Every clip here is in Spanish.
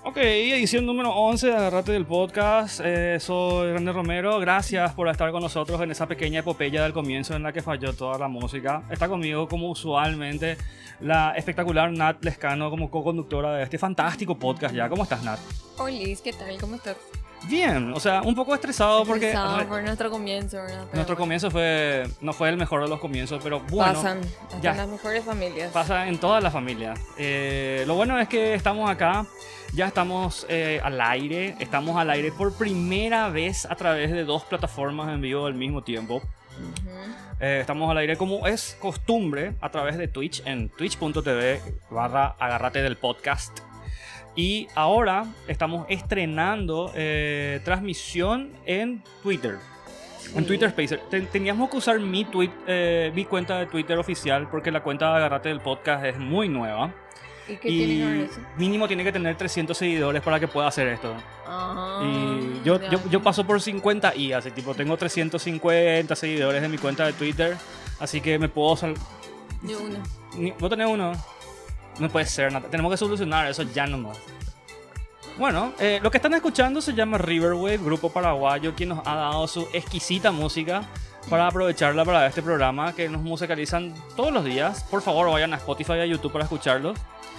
Ok, edición número 11 de Agarrate del Podcast. Soy René Romero. Gracias por estar con nosotros en esa pequeña epopeya del comienzo en la que falló toda la música. Está conmigo, como usualmente, la espectacular Nat Lescano como co-conductora de este fantástico podcast ya. ¿Cómo estás, Nat? Hola, ¿qué tal? ¿Cómo estás? Bien, o sea, un poco estresado porque... por nuestro comienzo, ¿verdad? Pero nuestro comienzo no fue el mejor de los comienzos, pero bueno... Pasan, hasta ya. en las mejores familias. Pasa en todas las familias. Lo bueno es que estamos acá, ya estamos al aire. Estamos al aire por primera vez a través de 2 plataformas en vivo al mismo tiempo. Uh-huh. Estamos al aire como es costumbre a través de Twitch, en twitch.tv/agarrate del podcast. Y ahora estamos estrenando transmisión en Twitter. En Twitter Spaces. Teníamos que usar mi cuenta de Twitter oficial porque la cuenta de Agarrate del Podcast es muy nueva. ¿Y qué tiene que ver eso? Mínimo tiene que tener 300 seguidores para que pueda hacer esto. Ah, Y yo paso por 50 y así, tipo, tengo 350 seguidores en mi cuenta de Twitter. Así que me puedo... De uno. ¿Vos tenés uno? No puede ser, nada. Tenemos que solucionar eso ya nomás. Bueno, lo que están escuchando se llama Riverwave, grupo paraguayo, quien nos ha dado su exquisita música para aprovecharla para este programa que nos musicalizan todos los días. Por favor, vayan a Spotify y a YouTube para escucharlos.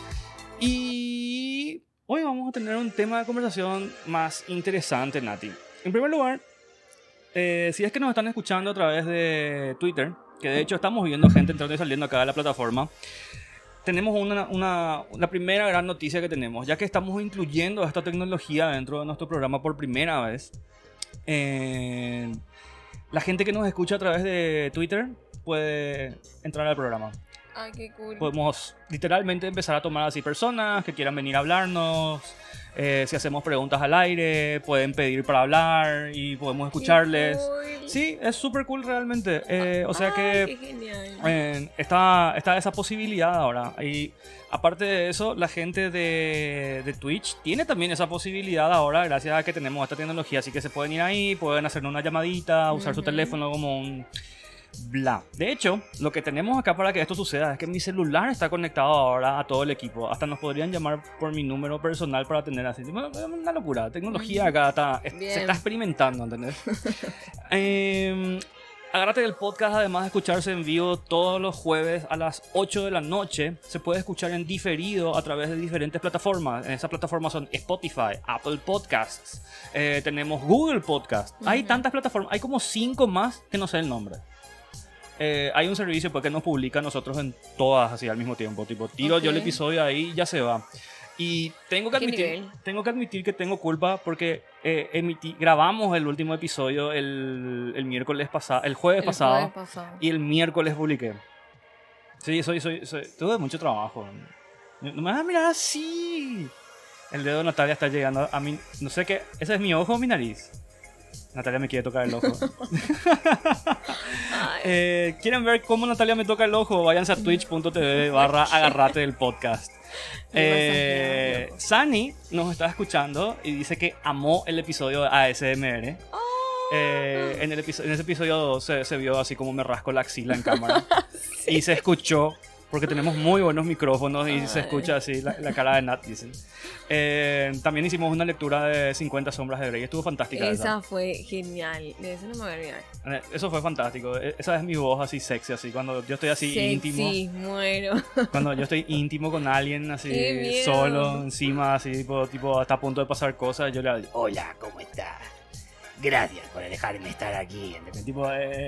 Y hoy vamos a tener un tema de conversación más interesante, Nati. En primer lugar, si es que nos están escuchando a través de Twitter, que de hecho estamos viendo gente entrando y saliendo acá de la plataforma, tenemos la primera gran noticia que tenemos, ya que estamos incluyendo esta tecnología dentro de nuestro programa por primera vez. La gente que nos escucha a través de Twitter puede entrar al programa. Ay, qué cool. Podemos literalmente empezar a tomar así personas que quieran venir a hablarnos. Si hacemos preguntas al aire, pueden pedir para hablar y podemos escucharles. Cool. Sí, es súper cool realmente. O sea Qué genial. está esa posibilidad ahora. Y aparte de eso, la gente de Twitch tiene también esa posibilidad ahora gracias a que tenemos esta tecnología. Así que se pueden ir ahí, pueden hacer una llamadita, usar su teléfono como un... bla. De hecho, lo que tenemos acá para que esto suceda es que mi celular está conectado ahora a todo el equipo. Hasta nos podrían llamar por mi número personal para tener así. Una locura. Tecnología acá se está experimentando, ¿entendés? Agárrate del podcast, además de escucharse en vivo todos los jueves a las 8 de la noche, se puede escuchar en diferido a través de diferentes plataformas. En esas plataformas son Spotify, Apple Podcasts, tenemos Google Podcasts. Hay tantas plataformas, hay como 5 más que no sé el nombre. Hay un servicio porque nos publica nosotros en todas así al mismo tiempo. Tipo, tiro yo el episodio ahí y ya se va. Y tengo que admitir que tengo culpa porque grabamos el último episodio el jueves pasado y el miércoles publiqué. Sí, tuve mucho trabajo. No me vas a mirar así. El dedo de Natalia está llegando a mí. No sé qué. ¿Ese es mi ojo o mi nariz? Natalia me quiere tocar el ojo. ¿Quieren ver cómo Natalia me toca el ojo? Váyanse a twitch.tv/agarrate del podcast. Sani nos está escuchando y dice que amó el episodio de ASMR. En ese episodio se vio así como me rasco la axila en cámara. Sí. Y se escuchó, porque tenemos muy buenos micrófonos y se escucha así la cara de Nat, dicen. También hicimos una lectura de 50 sombras de Grey. Estuvo fantástica. Esa fue genial. De eso no me voy a olvidar. Eso fue fantástico. Esa es mi voz así sexy, así cuando yo estoy así íntimo. Sí, muero. Cuando yo estoy íntimo con alguien así solo, encima, así tipo hasta a punto de pasar cosas, yo le digo, hola, ¿cómo estás? Gracias por dejarme estar aquí. Tipo,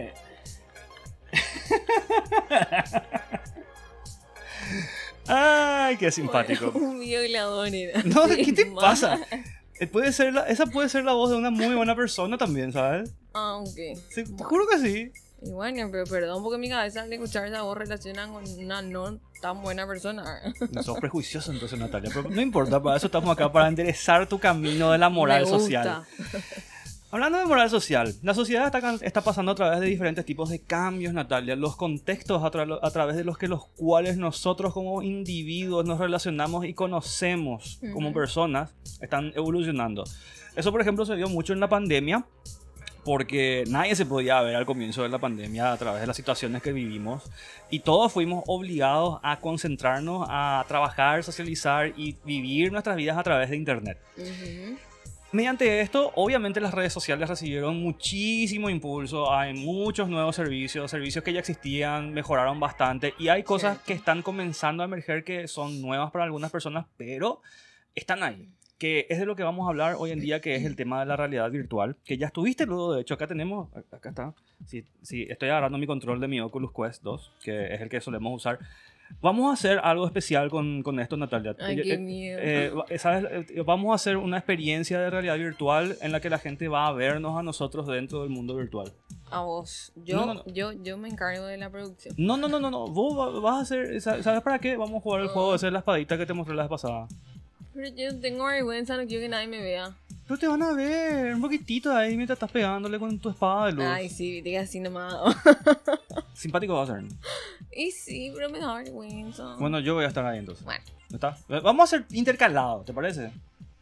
Ay, qué simpático. Bueno, un violador era. No, ¿qué te pasa? Esa puede ser la voz de una muy buena persona también, ¿sabes? Ah, ok. Sí, te juro que sí. Y bueno, pero perdón porque mi cabeza al escuchar esa voz relaciona con una no tan buena persona. No sos prejuicioso entonces, Natalia, pero no importa, para eso estamos acá, para enderezar tu camino de la moral social. Hablando de moral social, la sociedad está pasando a través de diferentes tipos de cambios, Natalia. Los contextos a través de los cuales nosotros como individuos nos relacionamos y conocemos como personas están evolucionando. Eso, por ejemplo, se vio mucho en la pandemia, porque nadie se podía ver al comienzo de la pandemia a través de las situaciones que vivimos y todos fuimos obligados a concentrarnos, a trabajar, socializar y vivir nuestras vidas a través de internet. Mediante esto, obviamente las redes sociales recibieron muchísimo impulso, hay muchos nuevos servicios que ya existían, mejoraron bastante y hay cosas que están comenzando a emerger que son nuevas para algunas personas, pero están ahí. Que es de lo que vamos a hablar hoy en día, que es el tema de la realidad virtual, que ya estuviste luego, de hecho, acá está, sí, estoy agarrando mi control de mi Oculus Quest 2, que es el que solemos usar. Vamos a hacer algo especial con esto, Natalia. Ay, qué miedo. ¿Sabes? Vamos a hacer una experiencia de realidad virtual en la que la gente va a vernos a nosotros dentro del mundo virtual. A vos. Yo me encargo de la producción. No. Vos vas a hacer... ¿Sabes para qué? Vamos a jugar el juego de hacer la espadita que te mostré la vez pasada. Pero yo tengo vergüenza, no quiero que nadie me vea. Pero te van a ver un poquitito ahí mientras estás pegándole con tu espada de luz. Ay, sí, viste que así nomás. Simpático va a ser. Y sí, pero me da vergüenza. Bueno, yo voy a estar ahí entonces. Bueno. ¿No está? Vamos a hacer intercalado, ¿te parece?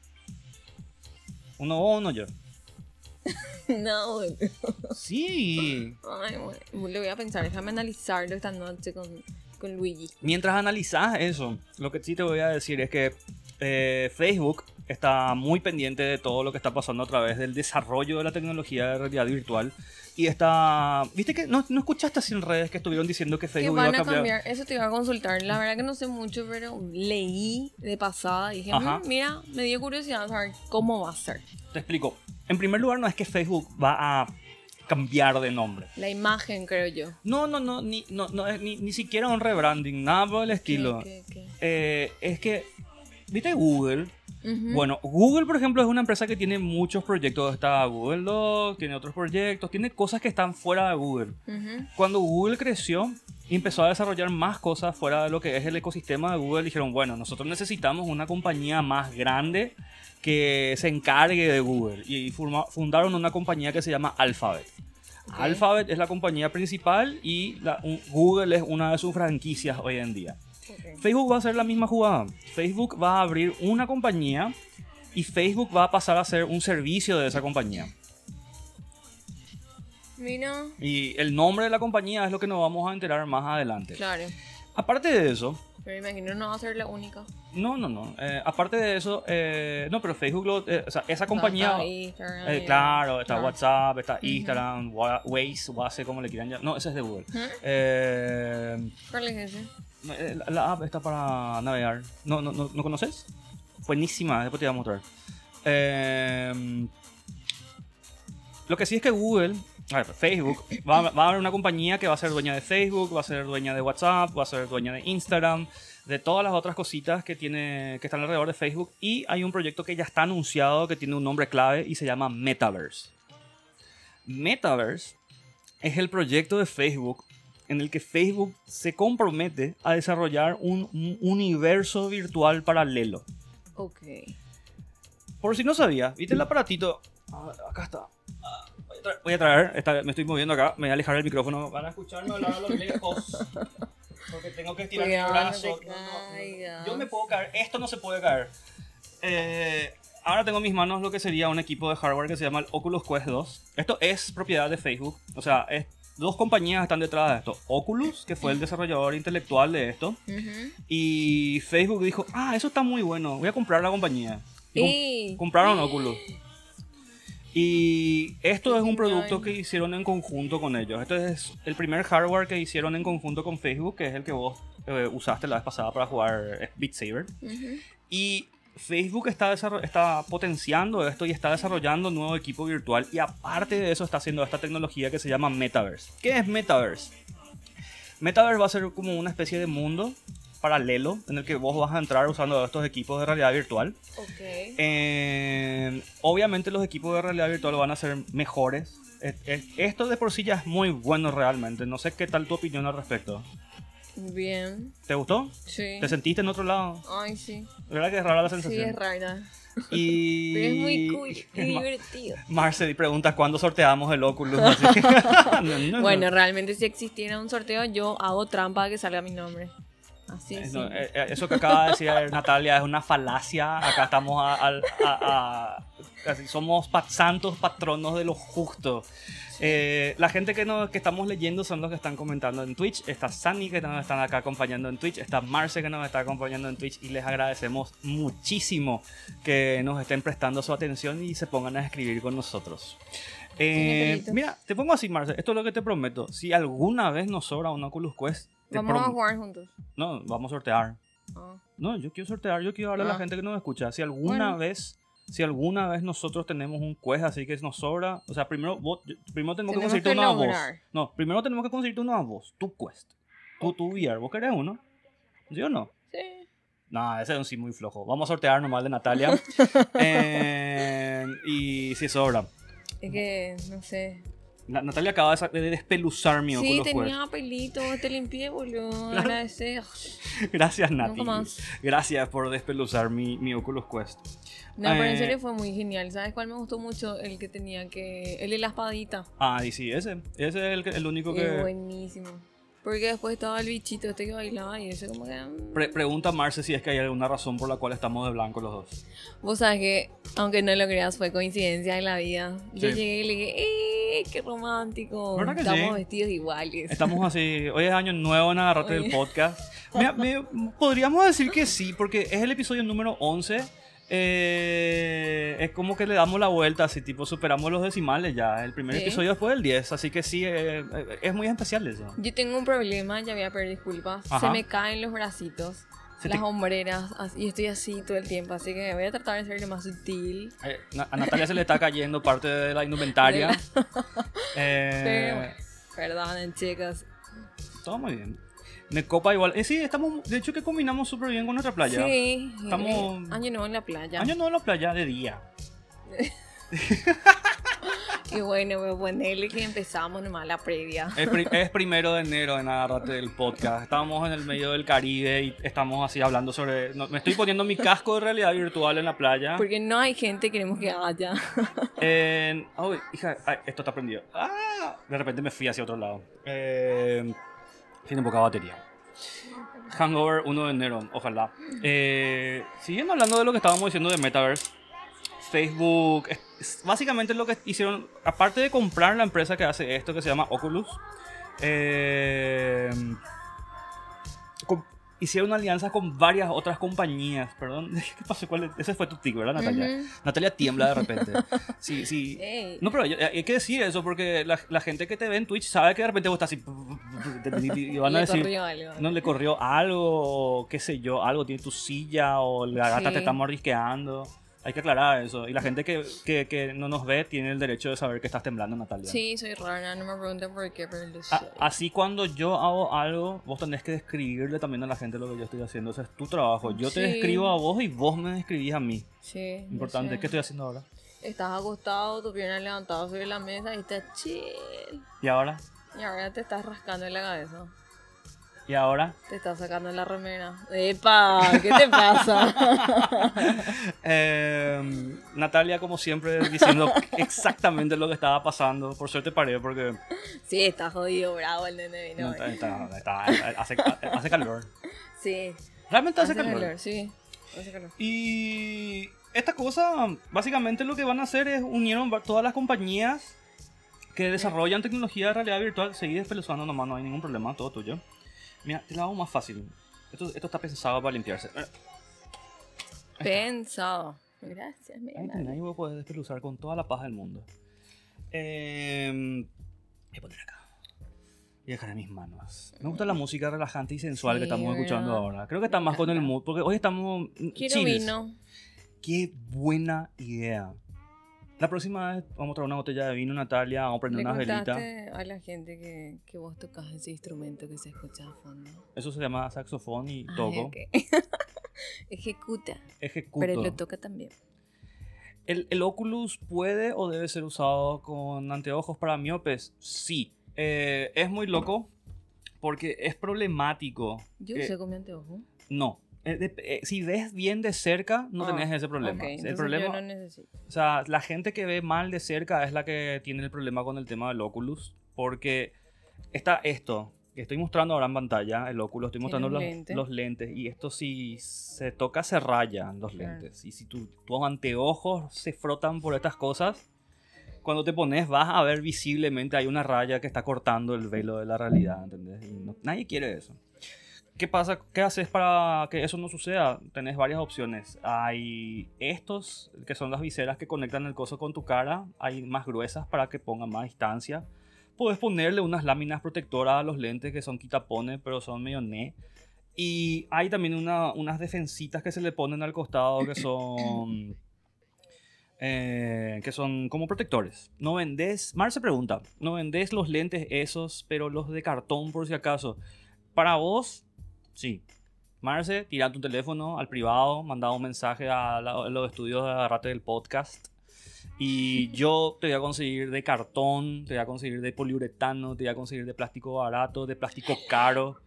Uno vos, uno yo. No, boludo. Sí. Ay, bueno, le voy a pensar, déjame analizarlo esta noche con Luigi. Mientras analizás eso, lo que sí te voy a decir es que Facebook está muy pendiente de todo lo que está pasando a través del desarrollo de la tecnología de realidad virtual. Y está... ¿Viste que no escuchaste así en redes que estuvieron diciendo que Facebook que van iba a cambiar? Eso te iba a consultar. La verdad que no sé mucho, pero leí de pasada y dije, mira, me dio curiosidad saber cómo va a ser. Te explico. En primer lugar, no es que Facebook va a cambiar de nombre. La imagen, creo yo. No, ni siquiera un rebranding, nada por el estilo. ¿Qué? Es que, ¿viste Google? Uh-huh. Bueno, Google, por ejemplo, es una empresa que tiene muchos proyectos. Está Google Docs, tiene otros proyectos, tiene cosas que están fuera de Google. Uh-huh. Cuando Google creció y empezó a desarrollar más cosas fuera de lo que es el ecosistema de Google, dijeron, bueno, nosotros necesitamos una compañía más grande que se encargue de Google. Y fundaron una compañía que se llama Alphabet. Okay. Alphabet es la compañía principal y Google es una de sus franquicias hoy en día. Okay. Facebook va a hacer la misma jugada. Facebook va a abrir una compañía y Facebook va a pasar a ser un servicio de esa compañía. Mira. Y el nombre de la compañía es lo que nos vamos a enterar más adelante. Claro. Aparte de eso... Pero imagino no va a ser la única. No. Aparte de eso, no, pero Facebook, o sea, esa compañía... Está Instagram, claro, está WhatsApp, está Instagram, Waze, como le quieran llamar. No, ese es de Google. ¿Cuál es ese? La app está para navegar. ¿No conoces? Buenísima, después te voy a mostrar. Lo que sí es que Google... Facebook va a haber una compañía que va a ser dueña de Facebook, va a ser dueña de WhatsApp, va a ser dueña de Instagram, de todas las otras cositas que están alrededor de Facebook. Y hay un proyecto que ya está anunciado que tiene un nombre clave y se llama Metaverse. Metaverse es el proyecto de Facebook en el que Facebook se compromete a desarrollar un universo virtual paralelo. Ok. Por si no sabías, ¿viste el aparatito? Acá está. Voy a traer, me estoy moviendo acá, me voy a alejar el micrófono. Van a escucharme hablar a lo lejos. Porque tengo que estirar mi brazo. Yo me puedo caer, esto no se puede caer. Ahora tengo en mis manos lo que sería un equipo de hardware que se llama el Oculus Quest 2. Esto es propiedad de Facebook. O sea, dos compañías están detrás de esto. Oculus, que fue el desarrollador intelectual de esto. Y Facebook dijo, eso está muy bueno, voy a comprar la compañía. Y compraron Oculus. Y esto es un producto que hicieron en conjunto con ellos. Esto es el primer hardware que hicieron en conjunto con Facebook, que es el que vos usaste la vez pasada para jugar Beat Saber. Y Facebook está potenciando esto y está desarrollando un nuevo equipo virtual. Y aparte de eso está haciendo esta tecnología que se llama Metaverse. ¿Qué es Metaverse? Metaverse va a ser como una especie de mundo paralelo en el que vos vas a entrar usando estos equipos de realidad virtual. Okay. Obviamente los equipos de realidad virtual van a ser mejores. Esto de por sí ya es muy bueno realmente. No sé qué tal tu opinión al respecto. Bien. ¿Te gustó? Sí. ¿Te sentiste en otro lado? Ay, sí. ¿Verdad que es rara la sensación? Sí, es rara. Y... Pero es muy cool y divertido. Marce pregunta cuándo sorteamos el Oculus. Bueno, realmente si existiera un sorteo, yo hago trampa a que salga mi nombre. Así es. No, eso que acaba de decir Natalia es una falacia. Acá estamos casi somos santos patronos de lo justo. La gente que estamos leyendo son los que están comentando en Twitch. Está Sunny que nos están acá acompañando en Twitch. Está Marce que nos está acompañando en Twitch. Y les agradecemos muchísimo que nos estén prestando su atención y se pongan a escribir con nosotros. Mira, te pongo así, Marce. Esto es lo que te prometo. Si alguna vez nos sobra un Oculus Quest, vamos a jugar juntos. No, vamos a sortear. Oh. No, yo quiero sortear. Yo quiero hablar a la gente que nos escucha. Si alguna vez nosotros tenemos un quest así que nos sobra, o sea, primero tenemos que conseguirte uno a vos. No, primero tenemos que conseguirte uno a vos, tu quest. Tu VR, ¿vos querés uno? ¿Sí o no? Sí. No, ese es un sí muy flojo. Vamos a sortear nomás de Natalia. Y si sobra. Es que, no sé. Natalia acaba de despeluzar mi Oculus Quest. Sí, tenía pelito, te limpié, boludo. Agradeces. Gracias, Nati. Nunca más. Gracias por despeluzar mi Oculus Quest. No, pero en serio fue muy genial. ¿Sabes cuál me gustó mucho? El que tenía el de la espadita. Ah, y sí, ese es el único que... Es buenísimo. Porque después estaba el bichito este que bailaba y eso como que... Pregunta Marce si es que hay alguna razón por la cual estamos de blanco los dos. Vos sabes que, aunque no lo creas, fue coincidencia en la vida. Yo Sí. llegué y le dije, qué romántico! ¿Verdad que Estamos sí? vestidos iguales. Estamos así, hoy es año nuevo en Agarrate del podcast. Mira, podríamos decir que sí, porque es el episodio número 11. Es como que le damos la vuelta, así tipo superamos los decimales ya. El primer Sí. episodio después del 10, así que sí, es muy especial eso. Yo tengo un problema, ya voy a pedir disculpas. Ajá. Se me caen los bracitos, las hombreras, y estoy así todo el tiempo. Así que voy a tratar de ser lo más sutil. A Natalia se le está cayendo parte de la indumentaria. Pero bueno, perdonen, chicas. Todo muy bien. Me copa igual. Sí, estamos. De hecho, que combinamos súper bien con nuestra playa. Sí, Estamos. año nuevo en la playa. Año nuevo en la playa de día. Y bueno, voy a ponerle que empezamos nomás la previa. Es 1 de enero en Agárrate del podcast. Estamos en el medio del Caribe y estamos así hablando sobre. Me estoy poniendo mi casco de realidad virtual en la playa. Porque no hay gente, queremos que haya. Ay, hija, esto está prendido. De repente me fui hacia otro lado. Tiene poca batería. Hangover 1 de enero, ojalá. Siguiendo hablando de lo que estábamos diciendo de Metaverse, Facebook, básicamente lo que hicieron, aparte de comprar la empresa que hace esto, que se llama Oculus, hicieron alianzas con varias otras compañías. Perdón, ¿qué pasó? Ese fue tu tic, ¿verdad, Natalia? Natalia tiembla de repente. Sí. Hey. No, pero hay que decir eso porque la gente que te ve en Twitch sabe que de repente vos estás así y van a decir, no le corrió algo, o qué sé yo, algo tiene tu silla o la gata te está mordisqueando. Hay que aclarar eso. Y la gente que no nos ve tiene el derecho de saber que estás temblando, Natalia. Sí, soy rara, no me pregunten por qué, pero lo sé. Así cuando yo hago algo, vos tenés que describirle también a la gente lo que yo estoy haciendo. Ese es tu trabajo. Yo te describo a vos y vos me describís a mí. Sí. Importante. ¿Qué estoy haciendo ahora? Estás acostado, tu pierna levantada sobre la mesa y estás chill. ¿Y ahora? Y ahora te estás rascando en la cabeza. ¿Y ahora? Te estás sacando la remera. ¡Epa! ¿Qué te pasa? Natalia, como siempre, diciendo exactamente lo que estaba pasando. Por suerte paré porque... Sí, está jodido, bravo el nene vino. Hace calor. Sí. Realmente hace calor. Sí, hace calor. Y esta cosa, básicamente lo que van a hacer es unieron todas las compañías que desarrollan tecnología de realidad virtual. Seguí despeluzando nomás, no hay ningún problema, todo tuyo. Mira, te lo hago más fácil. Esto está pensado para limpiarse. Pensado. Gracias, mi Ahí tenés, voy a poder despeluzar con toda la paz del mundo. Voy a poner acá. Y dejar en mis manos. Me gusta la música relajante y sensual que estamos escuchando ahora. Creo que está más con el mood, porque hoy estamos Quiero chills. vino. Qué buena idea. La próxima vez vamos a traer una botella de vino, Natalia, vamos a prender unas velitas. A la gente que vos tocas ese instrumento que se escucha a fondo. Eso se llama saxofón y toco. Okay. Ejecuta. Ejecuto. Pero lo toca también. ¿El Oculus puede o debe ser usado con anteojos para miopes? Sí. Es muy loco porque es problemático. ¿Yo usé con mi anteojo? No. Si ves bien de cerca, no tenés ese problema. Okay, el problema, yo no necesito. O sea, la gente que ve mal de cerca es la que tiene el problema con el tema del Oculus. Porque está esto, que estoy mostrando ahora en pantalla, el óculo, estoy mostrando Lentes. los lentes, y esto si se toca se rayan los lentes. Y si tus anteojos se frotan por estas cosas, cuando te pones vas a ver visiblemente hay una raya que está cortando el velo de la realidad, ¿entendés? Y nadie quiere eso. ¿Qué pasa? ¿Qué haces para que eso no suceda? Tenés varias opciones. Hay estos, que son las viseras que conectan el coso con tu cara. Hay más gruesas para que pongan más distancia. Puedes ponerle unas láminas protectoras a los lentes que son quitapones, pero son medio Y hay también unas defensitas que se le ponen al costado que son como protectores. No vendés, Mar se pregunta, no vendés los lentes esos, pero los de cartón por si acaso. Para vos, sí. Marce, tira tu teléfono al privado, manda un mensaje a los estudios de Agarrate del podcast. Y yo te voy a conseguir de cartón, te voy a conseguir de poliuretano, te voy a conseguir de plástico barato, de plástico caro.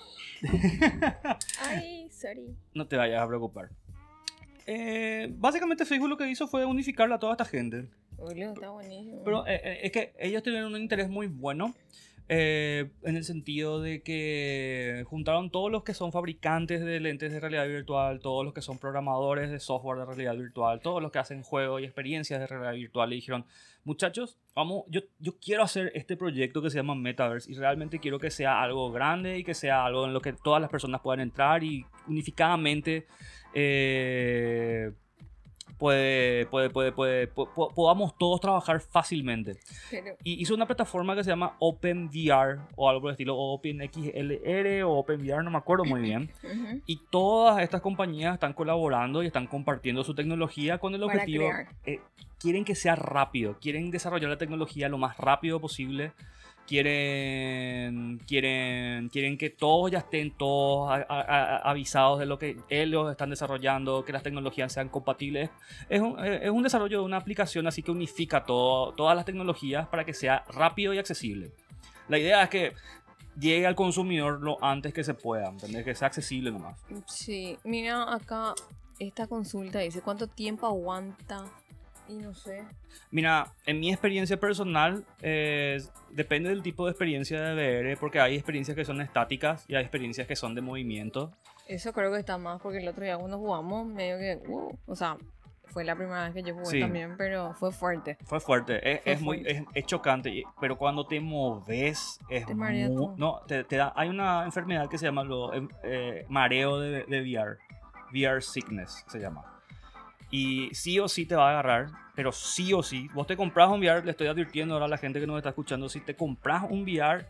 Ay, sorry. No te vayas a preocupar. Básicamente Facebook lo que hizo fue unificarla a toda esta gente. Boludo, está buenísimo. Pero es que ellos tienen un interés muy bueno. En el sentido de que juntaron todos los que son fabricantes de lentes de realidad virtual, todos los que son programadores de software de realidad virtual, todos los que hacen juegos y experiencias de realidad virtual, y dijeron, muchachos, vamos, yo quiero hacer este proyecto que se llama Metaverse, y realmente quiero que sea algo grande y que sea algo en lo que todas las personas puedan entrar y unificadamente podamos todos trabajar fácilmente. Pero... Y hizo una plataforma que se llama OpenVR o algo por el estilo, o OpenXLR o OpenVR, no me acuerdo muy bien. Y todas estas compañías están colaborando y están compartiendo su tecnología con el objetivo. Quieren que sea rápido, quieren desarrollar la tecnología lo más rápido posible. Quieren que todos ya estén avisados de lo que ellos están desarrollando, que las tecnologías sean compatibles. Es un desarrollo de una aplicación así que unifica todas las tecnologías para que sea rápido y accesible. La idea es que llegue al consumidor lo antes que se pueda, ¿entendés? Que sea accesible nomás. Sí, mira acá esta consulta dice, ¿cuánto tiempo aguanta? Y no sé. Mira, en mi experiencia personal, depende del tipo de experiencia de VR, porque hay experiencias que son estáticas y hay experiencias que son de movimiento. Eso creo que está más, porque el otro día cuando jugamos, medio que, o sea, fue la primera vez que yo jugué también, pero fue fuerte. Fue fuerte, es chocante, pero cuando te moves, te marea todo. No, te da, hay una enfermedad que se llama mareo de VR, VR sickness se llama. Y sí o sí te va a agarrar, pero sí o sí. Vos te compras un VR, le estoy advirtiendo ahora a la gente que nos está escuchando, si te compras un VR,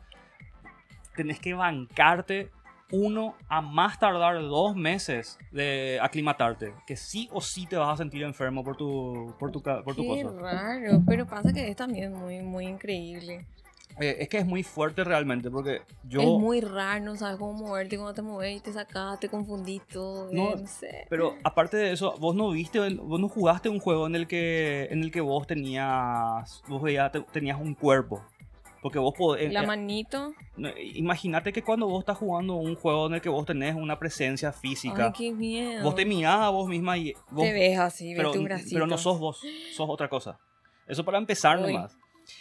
tenés que bancarte 1 a más tardar 2 meses de aclimatarte, que sí o sí te vas a sentir enfermo por tu cosa. Qué raro, pero pasa que es también muy, muy increíble. Es que es muy fuerte realmente, porque yo... Es muy raro, no sabes cómo moverte, cuando te mueves y te sacas, te confundís todo, no sé. Pero aparte de eso, vos no jugaste un juego en el que vos tenías un cuerpo. Porque vos podés... La manito. Imagínate que cuando vos estás jugando un juego en el que vos tenés una presencia física... Ay, qué miedo. Vos te mirás a vos misma y... Te ves así, ves tu bracito. Pero no sos vos, sos otra cosa. Eso para empezar nomás.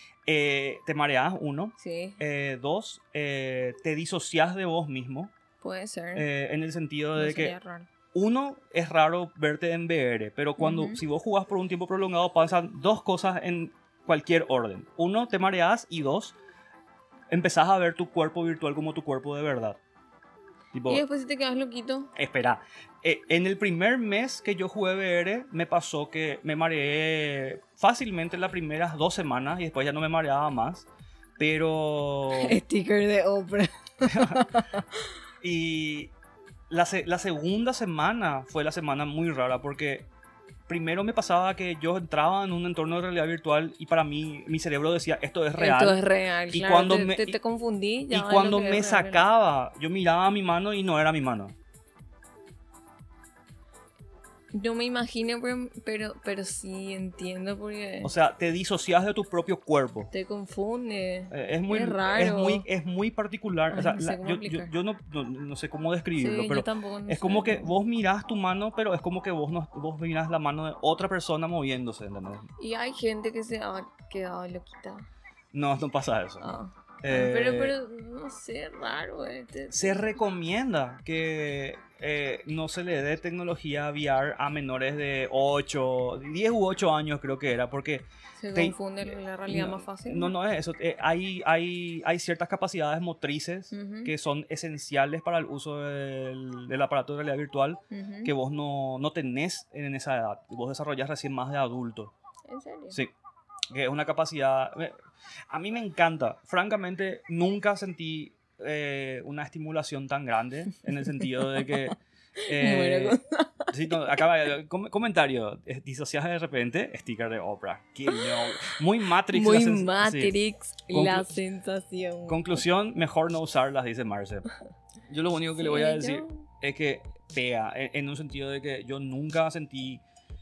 Te mareás, 1. Sí. 2, te disociás de vos mismo. Puede ser. En el sentido de que... Raro. 1, es raro verte en VR, pero si vos jugás por un tiempo prolongado, pasan 2 cosas en cualquier orden. 1, te mareás, y 2, empezás a ver tu cuerpo virtual como tu cuerpo de verdad. Tipo, y después si te quedas loquito. Espera, en el primer mes que yo jugué VR, me pasó que me mareé fácilmente las primeras 2 semanas y después ya no me mareaba más. Pero... Sticker de Oprah. Y la segunda semana fue la semana muy rara, porque primero me pasaba que yo entraba en un entorno de realidad virtual y para mí, mi cerebro decía, esto es real. Esto es real, y claro, cuando te confundí. Y cuando me sacaba, yo miraba mi mano y no era mi mano. No me imagino, pero sí entiendo porque... O sea, te disocias de tu propio cuerpo. Te confunde. Es muy raro. Es muy particular. Ay, o sea, no sé yo no sé cómo describirlo, sí, pero yo tampoco, no es sé. como que vos mirás tu mano, pero es como que vos mirás la mano de otra persona moviéndose, ¿entendés? Y hay gente que se ha quedado loquita. No pasa eso. Pero no sé, raro. Se recomienda que no se le dé tecnología VR a menores de 10 u 8 años, creo que era, porque se confunde la realidad más fácil. No es eso. Hay ciertas capacidades motrices que son esenciales para el uso del aparato de realidad virtual que vos no tenés en esa edad. Vos desarrollás recién más de adulto. ¿En serio? Sí. Que es una capacidad... A mí me encanta. Francamente, nunca sentí una estimulación tan grande en el sentido de que... sí, no, acaba comentario. Disocias de repente, sticker de Oprah. Muy Matrix. Muy Matrix la sensación. Conclusión, mejor no usarlas, dice Marce. Yo lo único que le voy a decir es que pega, en un sentido de que yo nunca sentí...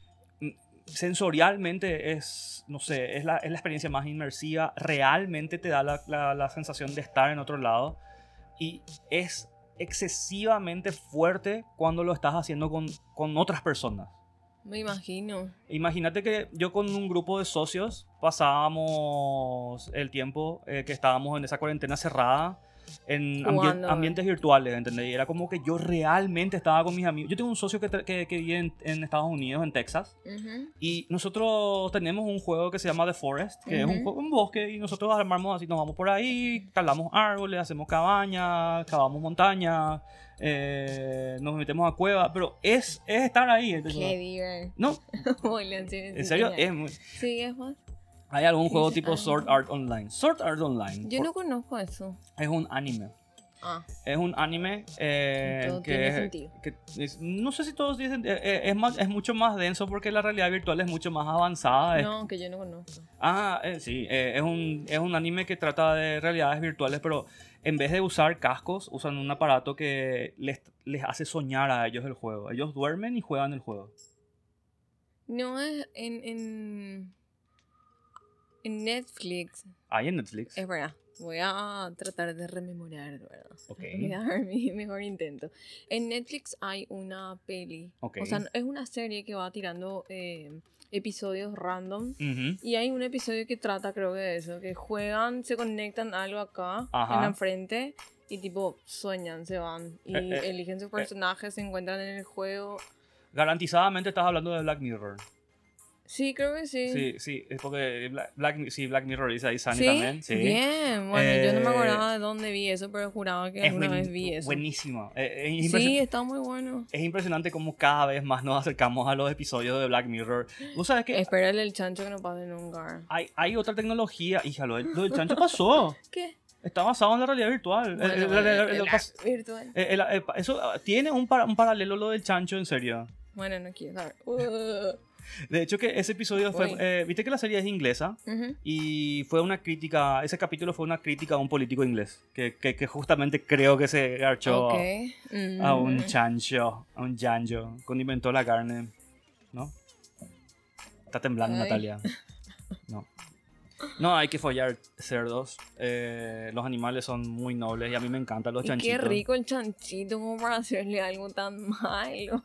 Sensorialmente es, no sé, es la experiencia más inmersiva. Realmente te da la sensación de estar en otro lado. Y es excesivamente fuerte cuando lo estás haciendo con otras personas. Me imagino. Imagínate que yo con un grupo de socios pasábamos el tiempo que estábamos en esa cuarentena cerrada en ambientes virtuales, ¿entendés? Y era como que yo realmente estaba con mis amigos. Yo tengo un socio que vive en Estados Unidos, en Texas, y nosotros tenemos un juego que se llama The Forest, que es un bosque, y nosotros armamos así, nos vamos por ahí, talamos árboles, hacemos cabañas, cavamos montañas, nos metemos a cuevas, pero es estar ahí. Qué divertido. No, en serio, es muy... Sí, es más. ¿Hay algún juego tipo Sword Art Online? Sword Art Online. Yo no conozco eso. Es un anime. Es un anime todo tiene sentido. No sé si todos dicen... es mucho más denso porque la realidad virtual es mucho más avanzada. No, que yo no conozco. Sí. Es un anime que trata de realidades virtuales, pero en vez de usar cascos, usan un aparato que les hace soñar a ellos el juego. Ellos duermen y juegan el juego. No es en Netflix. En Netflix. Es verdad. Voy a tratar de rememorar, ¿verdad? Okay. Voy a dar mi mejor intento. En Netflix hay una peli. Okay. O sea, es una serie que va tirando episodios random. Y hay un episodio que trata, creo que de eso. Que juegan, se conectan algo acá, en la frente. Y tipo, sueñan, se van. Y eligen sus personajes, se encuentran en el juego. Garantizadamente estás hablando de Black Mirror. Sí, creo que sí. Sí, es porque Black Mirror dice ahí Sunny también. Sí. Bien, bueno, yo no me acordaba de dónde vi eso, pero juraba que alguna vez vi eso. Buenísimo. Sí, está muy bueno. Es impresionante cómo cada vez más nos acercamos a los episodios de Black Mirror. ¿Vos sabés qué? Espérale el chancho que no pase nunca. Hay otra tecnología. Hija, lo del chancho pasó. ¿Qué? Está basado en la realidad virtual. Virtual. Eso tiene un paralelo lo del chancho, en serio. Bueno, no quiero saber. De hecho que ese episodio fue... viste que la serie es inglesa y fue una crítica... Ese capítulo fue una crítica a un político inglés que justamente creo que se garchó a un chancho, a un yanjo, condimentó la carne, ¿no? Está temblando Natalia. No, hay que follar cerdos. Los animales son muy nobles y a mí me encantan los chanchitos. Qué rico el chanchito como para hacerle algo tan malo.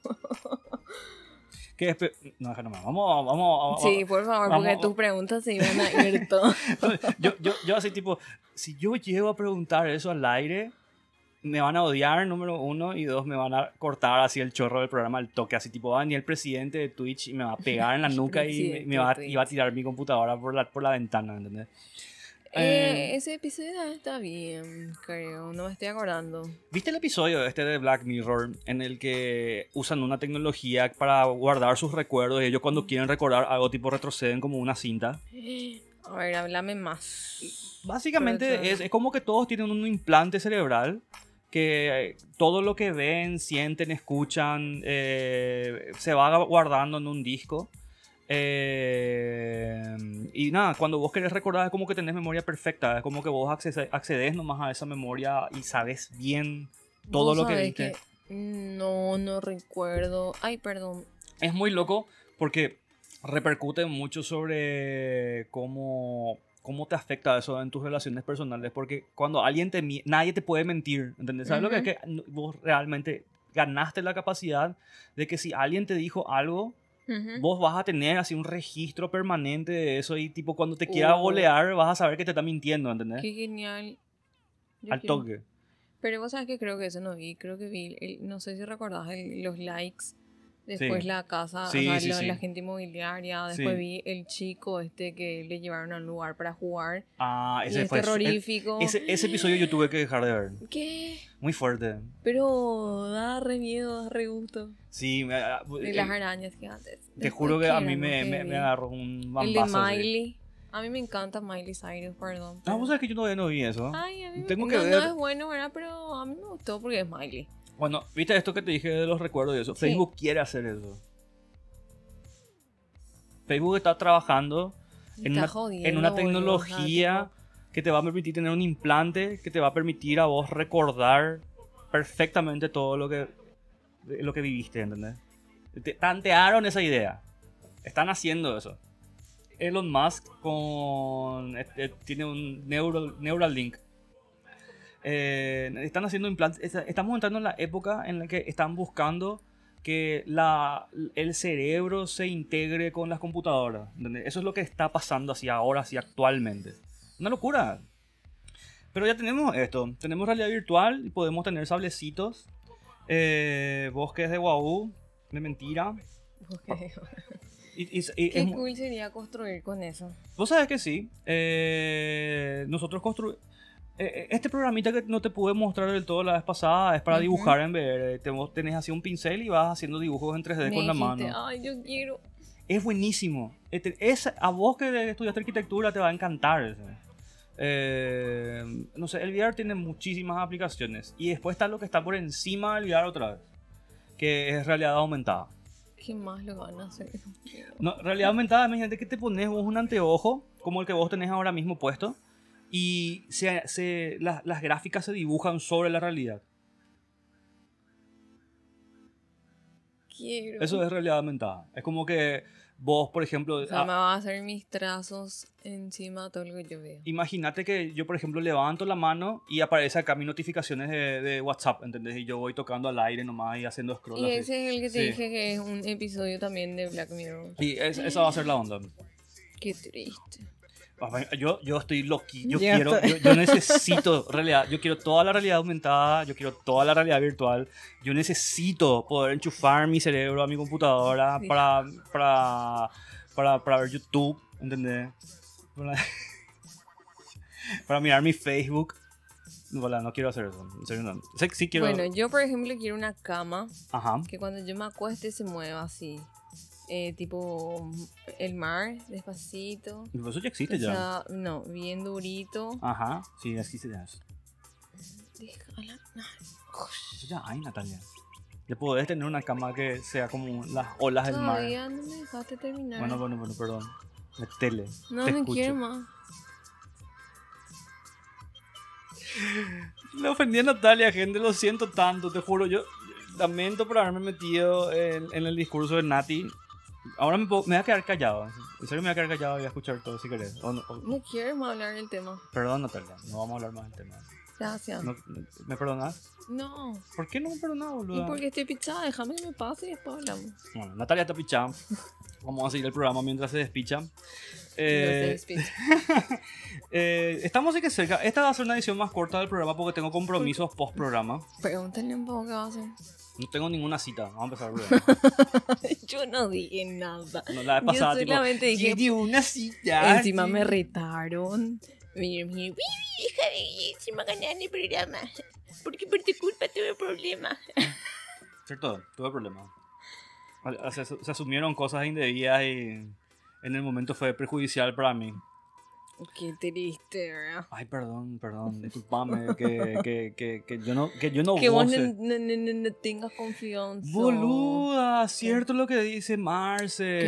No, vamos. Sí, por favor, porque tus preguntas se iban a ir todo. yo así tipo, si yo llego a preguntar eso al aire, me van a odiar, número 1, y 2, me van a cortar así el chorro del programa al toque, así tipo, va a venir el presidente de Twitch y me va a pegar en la nuca y va a tirar mi computadora por la ventana, ¿entendés? Ese episodio está bien, creo, no me estoy acordando. ¿Viste el episodio de Black Mirror en el que usan una tecnología para guardar sus recuerdos y ellos cuando quieren recordar algo tipo retroceden como una cinta? A ver, háblame más. Básicamente es como que todos tienen un implante cerebral que todo lo que ven, sienten, escuchan se va guardando en un disco. Y nada, cuando vos querés recordar es como que tenés memoria perfecta, es como que vos accedes nomás a esa memoria y sabes bien todo lo que viste. No recuerdo. Ay, perdón. Es muy loco porque repercute mucho sobre cómo te afecta eso en tus relaciones personales, porque cuando alguien nadie te puede mentir, ¿entendés? ¿Sabes lo que es que vos realmente ganaste la capacidad de que si alguien te dijo algo, vos vas a tener así un registro permanente de eso y tipo cuando te quiera bolear vas a saber que te está mintiendo, ¿entendés? Qué genial. al toque. Pero vos sabés que creo que eso no vi. Creo que vi, no sé si recordás los likes. Después la casa, la gente inmobiliaria. Después vi el chico que le llevaron a un lugar para jugar. Ese fue terrorífico. Ese episodio yo tuve que dejar de ver. ¿Qué? Muy fuerte. Pero da re miedo, da re gusto. Sí. De las arañas gigantes. Te juro que a mí me agarró un bambazo. El de Miley. A mí me encanta Miley Cyrus, perdón. Pero... vos sabés que yo todavía no vi eso. Ay, a mí Tengo que ver. No es bueno, ¿verdad? Pero a mí me gustó porque es Miley. Bueno, ¿viste esto que te dije de los recuerdos y eso? Sí. Facebook quiere hacer eso. Facebook está trabajando en una tecnología que te va a permitir tener un implante que te va a permitir a vos recordar perfectamente todo lo que viviste, ¿entendés? Te tantearon esa idea. Están haciendo eso. Elon Musk tiene un Neuralink. Están haciendo implantes. Estamos entrando en la época en la que están buscando que el cerebro se integre con las computadoras. ¿Entendés? Eso es lo que está pasando así ahora, así actualmente. Una locura. Pero ya tenemos esto. Tenemos realidad virtual y podemos tener sablecitos. Bosques de Guau. De mentira. Qué cool sería construir con eso. Vos sabés que sí. Nosotros construimos. Este programita que no te pude mostrar del todo la vez pasada es para dibujar en VR. Vos tenés así un pincel y vas haciendo dibujos en 3D con la mano. Ay, yo quiero. Es buenísimo. A vos que estudiaste arquitectura te va a encantar. No sé, el VR tiene muchísimas aplicaciones. Y después está lo que está por encima del VR otra vez, que es realidad aumentada. ¿Qué más lo van a hacer? No, realidad aumentada, imagínate que te pones vos un anteojo como el que vos tenés ahora mismo puesto. Y las gráficas se dibujan sobre la realidad. Quiero. Eso es realidad aumentada. Es como que vos, por ejemplo... O sea, me va a hacer mis trazos encima de todo lo que yo veo. Imagínate que yo, por ejemplo, levanto la mano y aparece acá mis notificaciones de WhatsApp, ¿entendés? Y yo voy tocando al aire nomás y haciendo scroll. Y ese es el que te dije que es un episodio también de Black Mirror. Y esa va a ser la onda. Qué triste. Yo estoy loquillo, yo necesito realidad, yo quiero toda la realidad aumentada, yo quiero toda la realidad virtual, yo necesito poder enchufar mi cerebro a mi computadora para ver YouTube, ¿entendés? Para mirar mi Facebook. No quiero hacer eso, en serio no. Sí quiero... Bueno, yo por ejemplo quiero una cama que cuando yo me acueste se mueva así. Tipo el mar, despacito. Eso ya existe ya. No, bien durito. Ajá, sí, existe ya. Déjala. Eso ya hay, Natalia. Ya podés tener una cama que sea como las olas del mar. Todavía no me dejaste terminar. Bueno, perdón. Metele. No me quiero más. Le ofendí a Natalia, gente, lo siento tanto, te juro. Yo lamento por haberme metido en el discurso de Nati. Ahora me voy a quedar callado. En serio me voy a quedar callado y voy a escuchar todo si querés. No quiero más hablar del tema. Perdón, Natalia, no vamos a hablar más del tema. Gracias. ¿Me perdonás? No. ¿Por qué no me perdonás, boludo? Y porque estoy pichada, déjame que me pase y después hablamos. Bueno, Natalia está pichada. Vamos a seguir el programa mientras se despicha. Estamos así que cerca. Esta va a ser una edición más corta del programa porque tengo compromisos post programa. Pregúntale un poco qué va a hacer. No tengo ninguna cita. Vamos a empezar el programa. Yo no dije nada. No, la vez pasada, yo solamente dije. Di una cita. Encima me retaron. Miren, deja de encima ganar el programa. Porque por tu culpa tuve problemas. Cierto, tuve problemas. Se asumieron cosas indebidas y en el momento fue perjudicial para mí. Qué triste, ¿verdad? Ay, perdón, disculpame, que yo no que vos no tengas confianza. Boluda, cierto lo que dice Marce.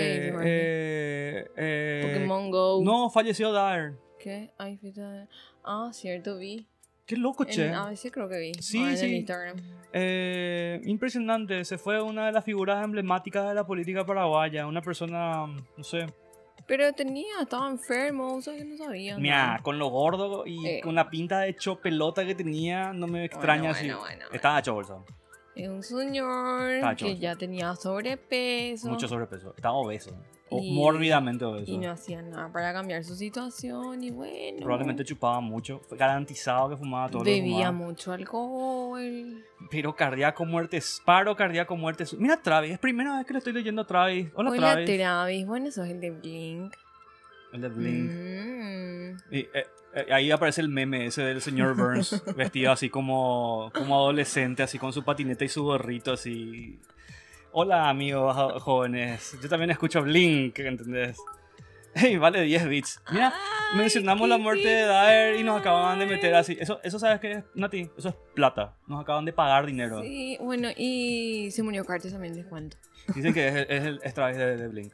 ¿Qué? Pokémon Go. No, falleció Dare. ¿Qué? Ay, fíjate. Quierto, vi. Qué loco, che. A veces creo que vi. Sí. En Instagram. Impresionante, se fue una de las figuras emblemáticas de la política paraguaya, una persona, no sé. Pero estaba enfermo, o sea que no sabía. Mira, con lo gordo y con la pinta de hecho pelota que tenía, no me extraña así. Estaba hecho bolsa. Es un señor que ya tenía sobrepeso. Mucho sobrepeso. Estaba obeso. mórbidamente obesos. Y no hacían nada para cambiar su situación y bueno. Probablemente chupaba mucho. Fue garantizado que fumaba todo lo que fumaba. Bebía mucho alcohol. Pero cardíaco, muertes, paro cardíaco, muertes. Mira Travis, es primera vez que le estoy leyendo a Travis. Hola Travis. Bueno, sos el de Blink. El de Blink. Y, ahí aparece el meme ese del señor Burns, vestido así como adolescente, así con su patineta y su gorrito así. Hola amigos jóvenes, yo también escucho Blink, ¿entendés? Hey, vale 10 bits. Mira, mencionamos la muerte de Dyer y nos acaban de meter así. Eso ¿sabes qué es, Nati? Eso es plata. Nos acaban de pagar dinero. Sí, bueno, y se murió Carter también, les cuento. Dicen que es Travis de Blink.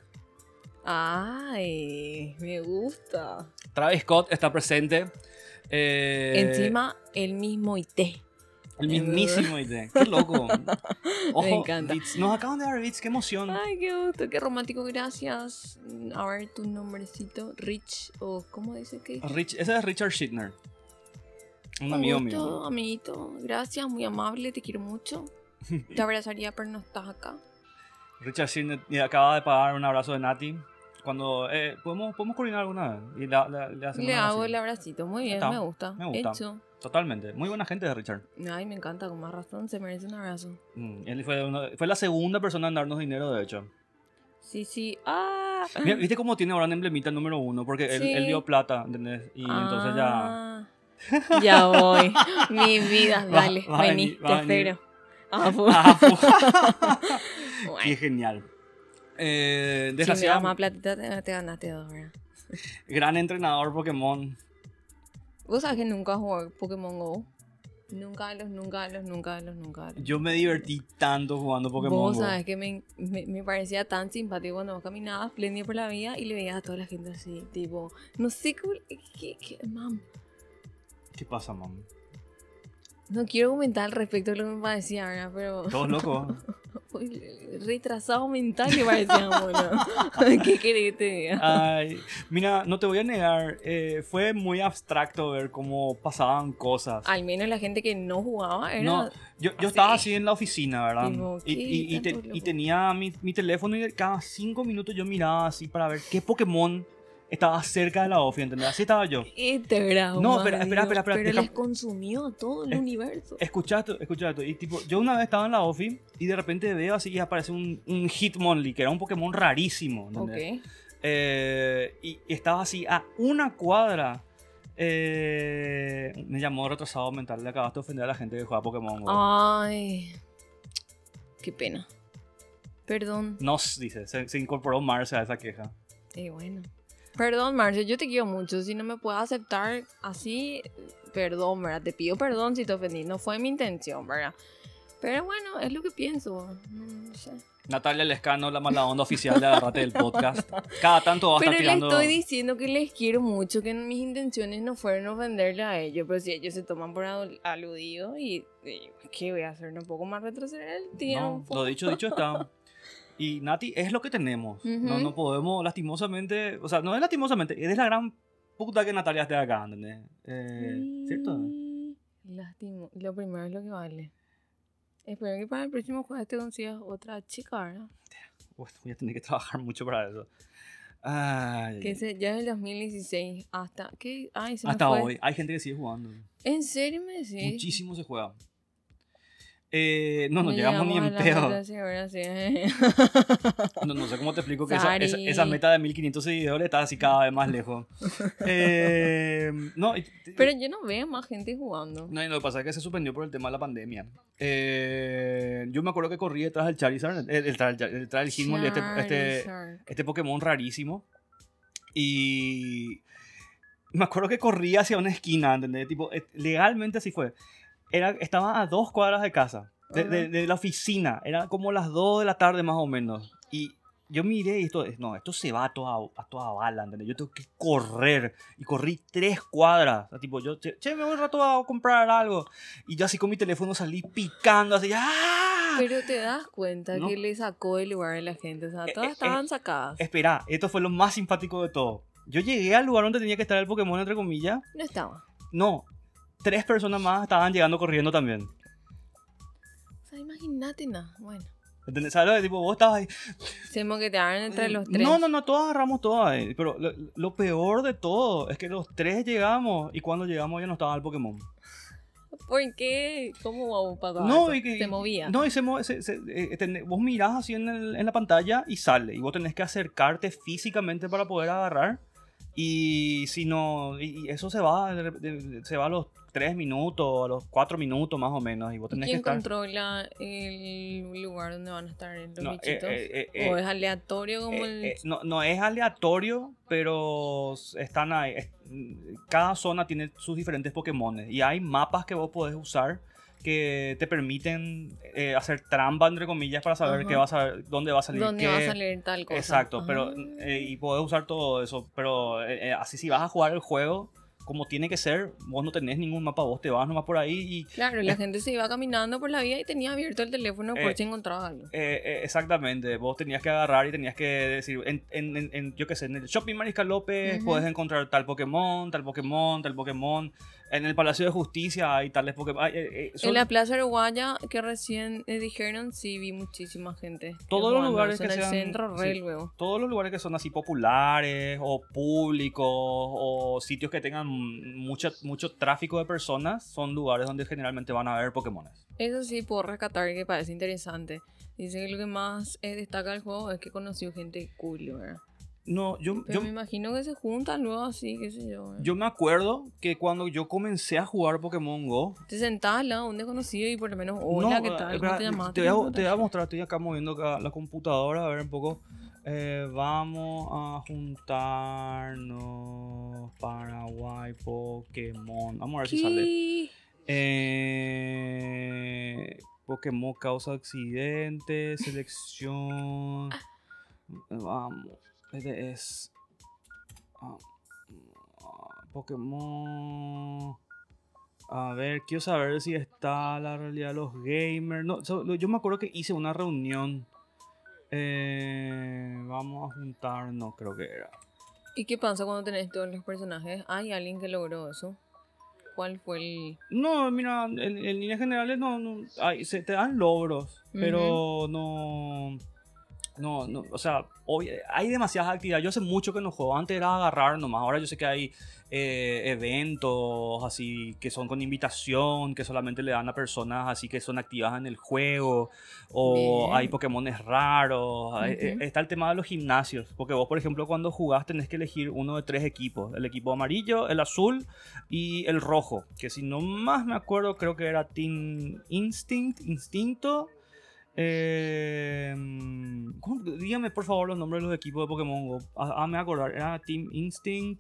Ay, me gusta. Travis Scott está presente. Encima, el mismo IT. El mismísimo IT. Qué loco. Ojo, me encanta. Beats. Nos acaban de dar bits, qué emoción. Ay, qué gusto, qué romántico, gracias. A ver tu nombrecito, Rich, o ¿cómo dice que? Ese es Richard Schittner. Un amigo mío. Amiguito, gracias, muy amable, te quiero mucho. Te abrazaría, pero no estás acá. Richard Schittner acaba de pagar un abrazo de Nati. Cuando podemos coordinar alguna vez y le hago el abracito, muy bien, me gusta. Hecho. Totalmente, muy buena gente de Richard. Ay, me encanta, con más razón, se merece un abrazo. Él fue la segunda persona en darnos dinero, de hecho. Sí. Mira, ¿viste cómo tiene ahora un emblemita número 1? Porque él dio plata, ¿entendés? Y entonces ya... Ya voy, mi vida, dale, vení, te espero. Qué genial. Si me das más platita, te ganaste 2, ¿verdad? Gran entrenador Pokémon. ¿Vos sabés que nunca jugué Pokémon GO? Nunca. Yo me divertí tanto jugando Pokémon Vos GO. sabés que me parecía tan simpático cuando vos caminabas espléndido por la vida y le veías a toda la gente así, tipo, no sé qué, mam. ¿Qué pasa, mam? No quiero comentar al respecto de lo que me parecía, ¿verdad? Pero... Todos locos. Retrasado mental que parecía, bueno. ¿Qué querés que te diga? Ay, mira, no te voy a negar, fue muy abstracto ver cómo pasaban cosas. Al menos la gente que no jugaba era... No, yo estaba así en la oficina, ¿verdad? Tipo, y tenía mi teléfono y cada 5 minutos yo miraba así para ver qué Pokémon estaba cerca de la OFI, ¿entendés? Así estaba yo. No, espera. Pero les consumió todo el universo. Escucha esto. Y tipo, yo una vez estaba en la OFI y de repente veo así y aparece un Hitmonlee, que era un Pokémon rarísimo, ¿entendés? Y estaba así a una cuadra. Me llamó retrasado mental. Le acabaste de ofender a la gente que juega Pokémon GO. Ay, qué pena. Perdón. Dice, se incorporó Marce a esa queja. Bueno. Perdón, Marce, yo te quiero mucho. Si no me puedes aceptar así, perdón, ¿verdad? Te pido perdón si te ofendí. No fue mi intención, ¿verdad? Pero bueno, es lo que pienso. No sé. Natalia Lescano, la mala onda oficial de Agarrate del podcast. Cada tanto va a estar tirando... Pero les estoy diciendo que les quiero mucho, que mis intenciones no fueron ofenderle a ellos. Pero si ellos se toman por aludido y ¿qué voy a hacer? ¿No puedo más retroceder el tiempo? No, lo dicho está... Y Nati, es lo que tenemos. No podemos lastimosamente... O sea, no es lastimosamente, es la gran puta que Natalia esté acá, ¿entendés? ¿Cierto? Lastimo. Lo primero es lo que vale. Espero que para el próximo jueves te consigas otra chica, ¿verdad? Voy a tener que trabajar mucho para eso. Ya en el 2016 hasta... ¿Qué? Ay, se hasta hoy. Hay gente que sigue jugando. ¿En serio me decís? Muchísimo se juega. No llegamos ni en pedo. No sé cómo te explico que esa meta de 1500 seguidores está así cada vez más lejos. Pero yo no veo más gente jugando. No, lo que pasa es que se suspendió por el tema de la pandemia. Yo me acuerdo que corrí detrás del Charizard, detrás del Hitmonlee, este Pokémon rarísimo. Y me acuerdo que corría hacia una esquina, ¿entendés? Tipo, legalmente así fue. Estaba a 2 cuadras de casa, de la oficina. Era como las 2 de la tarde más o menos. Y yo miré y esto se va a toda bala, ¿entendés? Yo tengo que correr. Y corrí 3 cuadras. O sea, tipo, me voy un rato a comprar algo. Y yo así con mi teléfono salí picando, así, ¡ah! Pero te das cuenta que le sacó el lugar a la gente. O sea, todas estaban sacadas. Espera, esto fue lo más simpático de todo. Yo llegué al lugar donde tenía que estar el Pokémon, entre comillas. No estaba. No. 3 personas más estaban llegando corriendo también. O sea, imagínate nada. Bueno. ¿Entendés? ¿Sabes? Tipo, vos estabas ahí. Se moquetearon entre los tres. No, todos agarramos todas ahí. Pero lo peor de todo es que los tres llegamos y cuando llegamos ya no estaba el Pokémon. ¿Por qué? ¿Cómo pasaba no, eso? Se movía. No, vos mirás así en la pantalla y sale. Y vos tenés que acercarte físicamente para poder agarrar. Y si no, y eso se va a los 3 minutos, a los 4 minutos más o menos. Y vos tenés que estar. ¿Quién controla el lugar donde van a estar los bichitos? ¿O es aleatorio como No es aleatorio, pero están ahí. Cada zona tiene sus diferentes Pokémones. Y hay mapas que vos podés usar que te permiten hacer trampa, entre comillas, para saber dónde va a salir dónde va a salir tal cosa. Exacto, pero y podés usar todo eso, pero así si vas a jugar el juego como tiene que ser, vos no tenés ningún mapa, vos te vas nomás por ahí y... Claro, la gente se iba caminando por la vida y tenía abierto el teléfono por si encontraba algo. Exactamente, vos tenías que agarrar y tenías que decir, yo qué sé, en el Shopping Mariscal López podés encontrar tal Pokémon, tal Pokémon, tal Pokémon. En el Palacio de Justicia hay tales Pokémon. En la Plaza Uruguaya, que recién dijeron, sí vi muchísima gente. Todos los lugares que en el sean, centro, luego. Todos los lugares que son así populares o públicos o sitios que tengan mucho tráfico de personas son lugares donde generalmente van a haber Pokémones. Eso sí puedo rescatar que parece interesante. Dice que lo que más destaca del juego es que conoció gente cool, ¿verdad? No, Pero me imagino que se juntan luego así, qué sé yo. Yo me acuerdo que cuando yo comencé a jugar Pokémon Go... Te sentás al lado de un desconocido y por lo menos, hola, ¿qué tal? ¿Cómo te llamas? Te voy a mostrar, estoy acá moviendo la computadora, a ver un poco. Vamos a juntarnos Paraguay Pokémon. Vamos a ver si sale. Pokémon causa accidente, selección... Vamos. Este es Pokémon. A ver, quiero saber si está la realidad de los gamers. No, yo me acuerdo que hice una reunión. Vamos a juntarnos, creo que era. ¿Y qué pasa cuando tenés todos los personajes? ¿Hay alguien que logró eso? ¿Cuál fue el...? No, mira, en líneas generales se te dan logros, pero no, o sea, hoy hay demasiadas actividades. Yo hace mucho que no juego, antes era agarrar nomás, ahora yo sé que hay eventos así que son con invitación, que solamente le dan a personas así que son activas en el juego, o hay Pokémones raros, está el tema de los gimnasios, porque vos por ejemplo cuando jugás tenés que elegir uno de 3 equipos, el equipo amarillo, el azul y el rojo, que si no más me acuerdo creo que era Team Instinto. Dígame por favor los nombres de los equipos de Pokémon Go. Me acordar, era Team Instinct.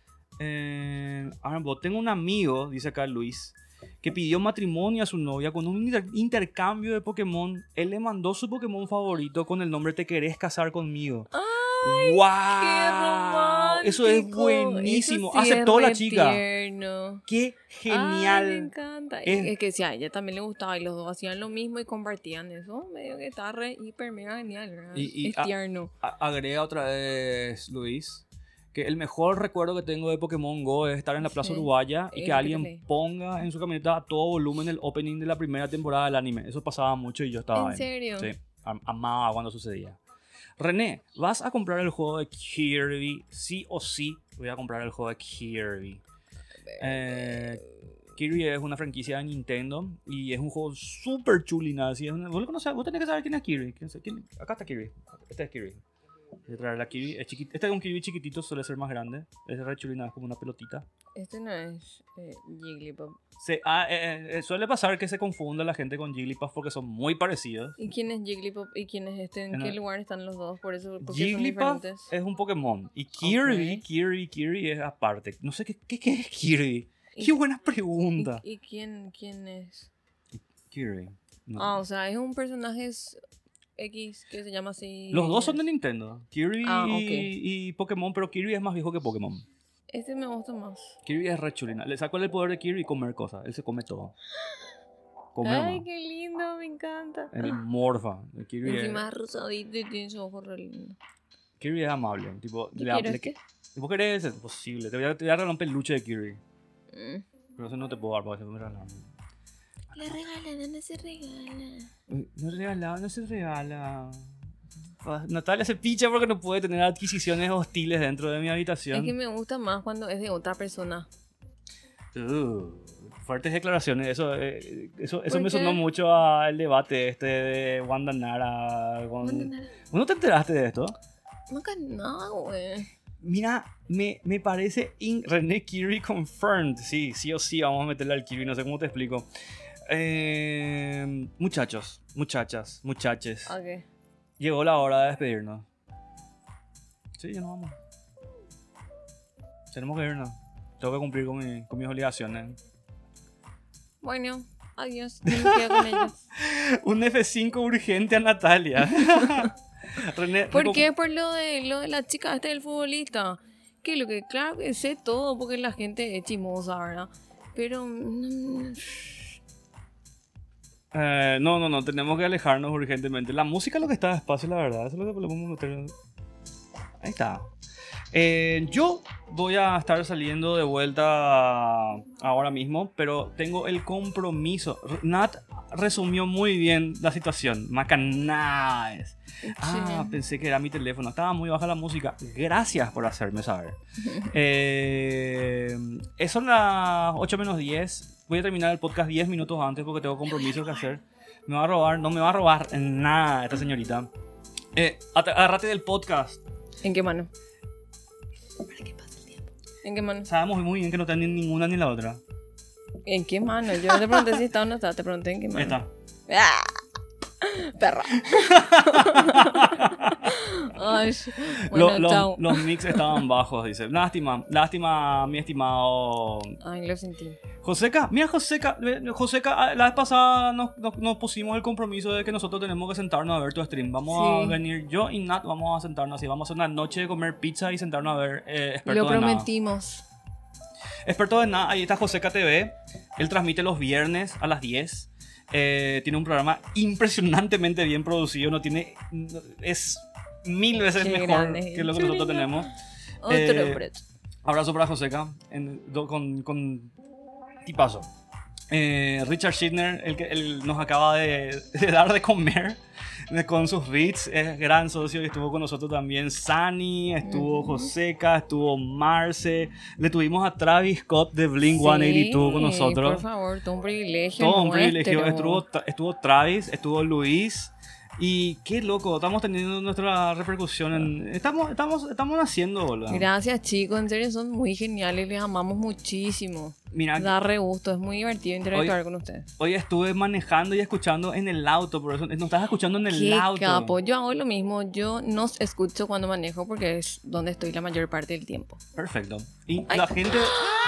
Tengo un amigo, dice acá Luis, que pidió matrimonio a su novia con un intercambio de Pokémon. Él le mandó su Pokémon favorito con el nombre "Te querés casar conmigo". ¡Ay! ¡Wow! ¡Qué romántico! Eso es buenísimo. Eso sí aceptó es la chica. Tierno. ¡Qué genial! Ay, me encanta. Es que sí, a ella también le gustaba y los dos hacían lo mismo y compartían eso. Medio que está re hiper mega genial, ¿verdad? Es tierno. Agrega otra vez, Luis, que el mejor recuerdo que tengo de Pokémon Go es estar en la Plaza Uruguaya y que alguien ponga en su camioneta a todo volumen el opening de la primera temporada del anime. Eso pasaba mucho y yo estaba ¿En serio? Sí, amaba cuando sucedía. René, ¿vas a comprar el juego de Kirby? Sí o sí voy a comprar el juego de Kirby. Kirby es una franquicia de Nintendo y es un juego súper chulina. ¿Vos lo conocés? Vos tenés que saber quién es Kirby. Acá está Kirby. Este es Kirby. Este es un Kirby chiquitito, suele ser más grande. Es re chulina, es como una pelotita. Este no es Jigglypuff. Suele pasar que se confunda la gente con Jigglypuff porque son muy parecidos. ¿Y quién es Jigglypuff y quién es este? ¿En qué lugar están los dos? Por eso, porque Jigglypuff es un Pokémon y Kirby es aparte. No sé qué es Kirby. Qué buena pregunta. ¿Y quién es? Kirby. No. O sea, es un personaje X que se llama así. Los dos son de Nintendo. Kirby y Pokémon, pero Kirby es más viejo que Pokémon. Este me gusta más. Kirby es re chulina. Le saco el poder de Kirby y comer cosas. Él se come todo. Ay, qué lindo, me encanta. El morfa. Kirby encima es rosadito y tiene su ojo re lindo. Kirby es amable. Tipo, ¿vos querés? Es imposible. Te voy a regalar un peluche de Kirby. Pero eso no te puedo dar porque se me regalan. La regalada no se regala. No regalado, no se regala. Natalia se picha porque no puede tener adquisiciones hostiles dentro de mi habitación. Es que me gusta más cuando es de otra persona. Fuertes declaraciones. Eso me sonó mucho al debate de Wanda Nara. ¿No te enteraste de esto? Nunca nada, güey. Mira, me parece... René Curie confirmed. Sí o sí, vamos a meterle al Curie. No sé cómo te explico. Muchachos, muchachas, muchaches. Okay. Llegó la hora de despedirnos. Sí, ya nos vamos. Tenemos que irnos. Tengo que cumplir con mis obligaciones. Bueno, adiós. Me quedo con ellos. Un F5 urgente a Natalia. René, ¿Por qué? Por lo de la chica del futbolista. Claro que sé todo porque la gente es chimosa, ¿verdad? Pero... No, tenemos que alejarnos urgentemente. La música es lo que está despacio, la verdad. Eso es lo que podemos meter. Ahí está. Yo voy a estar saliendo de vuelta ahora mismo, pero tengo el compromiso. Nat resumió muy bien la situación. Macanás. Pensé que era mi teléfono. Estaba muy baja la música. Gracias por hacerme saber. Son las 8 menos 10. Voy a terminar el podcast 10 minutos antes porque tengo compromisos que hacer. No me va a robar nada esta señorita. Agárrate del podcast. ¿En qué mano? Para que pase el tiempo. ¿En qué mano? Sabemos muy bien que no está ni ninguna ni la otra. ¿En qué mano? Yo no te pregunté si está o no está, te pregunté en qué mano. Está. ¡Ah! Perra. Ay, bueno, los mix estaban bajos, dice. Lástima, mi estimado. Ay, lo sentí. Joseca, la vez pasada nos pusimos el compromiso de que nosotros tenemos que sentarnos a ver tu stream. Vamos a venir yo y Nat, vamos a sentarnos así. Vamos a hacer una noche de comer pizza y sentarnos a ver Experto de Nada. Lo prometimos. Experto de Nada, ahí está Joseca TV. Él transmite los viernes a las 10. Tiene un programa impresionantemente bien producido. Es 1000 veces mejor que lo que nosotros tenemos. Abrazo para Joseca con tipazo. Richard Schittner, él nos acaba de dar de comer con sus beats, es gran socio y estuvo con nosotros también. Sani, estuvo Joseca, estuvo Marce, le tuvimos a Travis Scott de Blink-182 con nosotros. Por favor, todo un privilegio. Estuvo Travis, estuvo Luis. Y qué loco, estamos teniendo nuestra repercusión. Estamos haciendo, boludo. Gracias, chicos, en serio son muy geniales, les amamos muchísimo. Mira, da re gusto, es muy divertido interactuar con ustedes. Hoy estuve manejando y escuchando en el auto, por eso nos estás escuchando en el auto. Capo, yo hago lo mismo, yo no escucho cuando manejo porque es donde estoy la mayor parte del tiempo. Perfecto. Y la gente...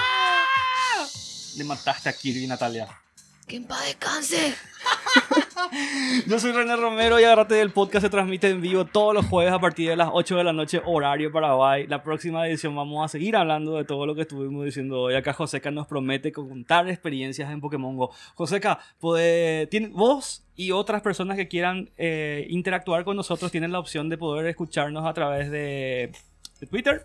Le mataste a Kirby, Natalia. ¡Que en paz descanse! Yo soy René Romero y Agárrate del Podcast se transmite en vivo todos los jueves a partir de las 8 de la noche, horario Paraguay. La próxima edición vamos a seguir hablando de todo lo que estuvimos diciendo hoy. Acá Joseca nos promete contar experiencias en Pokémon Go. Joseca, vos y otras personas que quieran interactuar con nosotros tienen la opción de poder escucharnos a través de Twitter.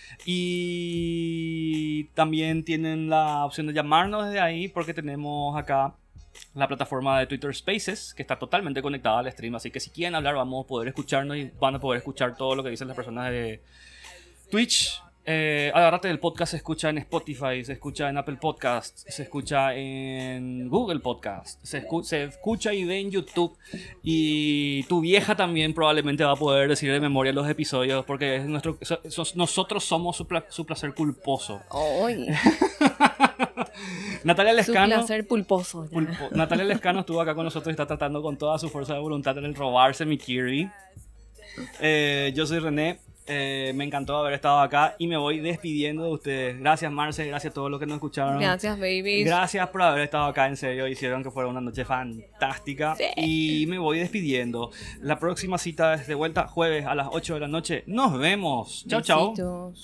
Y también tienen la opción de llamarnos desde ahí porque tenemos acá la plataforma de Twitter Spaces que está totalmente conectada al stream, así que si quieren hablar vamos a poder escucharnos y van a poder escuchar todo lo que dicen las personas de Twitch. Agárrate del Podcast se escucha en Spotify, se escucha en Apple Podcasts, se escucha en Google Podcasts, se escucha y ve en YouTube, y tu vieja también probablemente va a poder decir de memoria los episodios porque nosotros somos su placer culposo. ¡Ay! Natalia Lescano, su placer pulposo. Natalia Lescano estuvo acá con nosotros y está tratando con toda su fuerza de voluntad en el robarse mi Kirby. Yo soy René. Me encantó haber estado acá y me voy despidiendo de ustedes. Gracias, Marce, gracias a todos los que nos escucharon. Gracias, babies. Gracias por haber estado acá, en serio, hicieron que fuera una noche fantástica. Sí. Y me voy despidiendo. La próxima cita es de vuelta jueves a las 8 de la noche. Nos vemos. Chao, chao.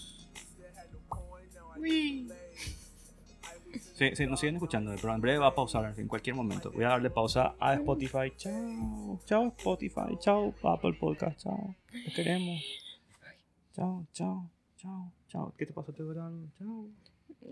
Sí, nos siguen escuchando, pero en breve va a pausar en cualquier momento. Voy a darle pausa a Spotify. Chao Spotify, chao Apple Podcast, chao. Te queremos. Chao. ¿Qué te pasó, Teodoro? Chao.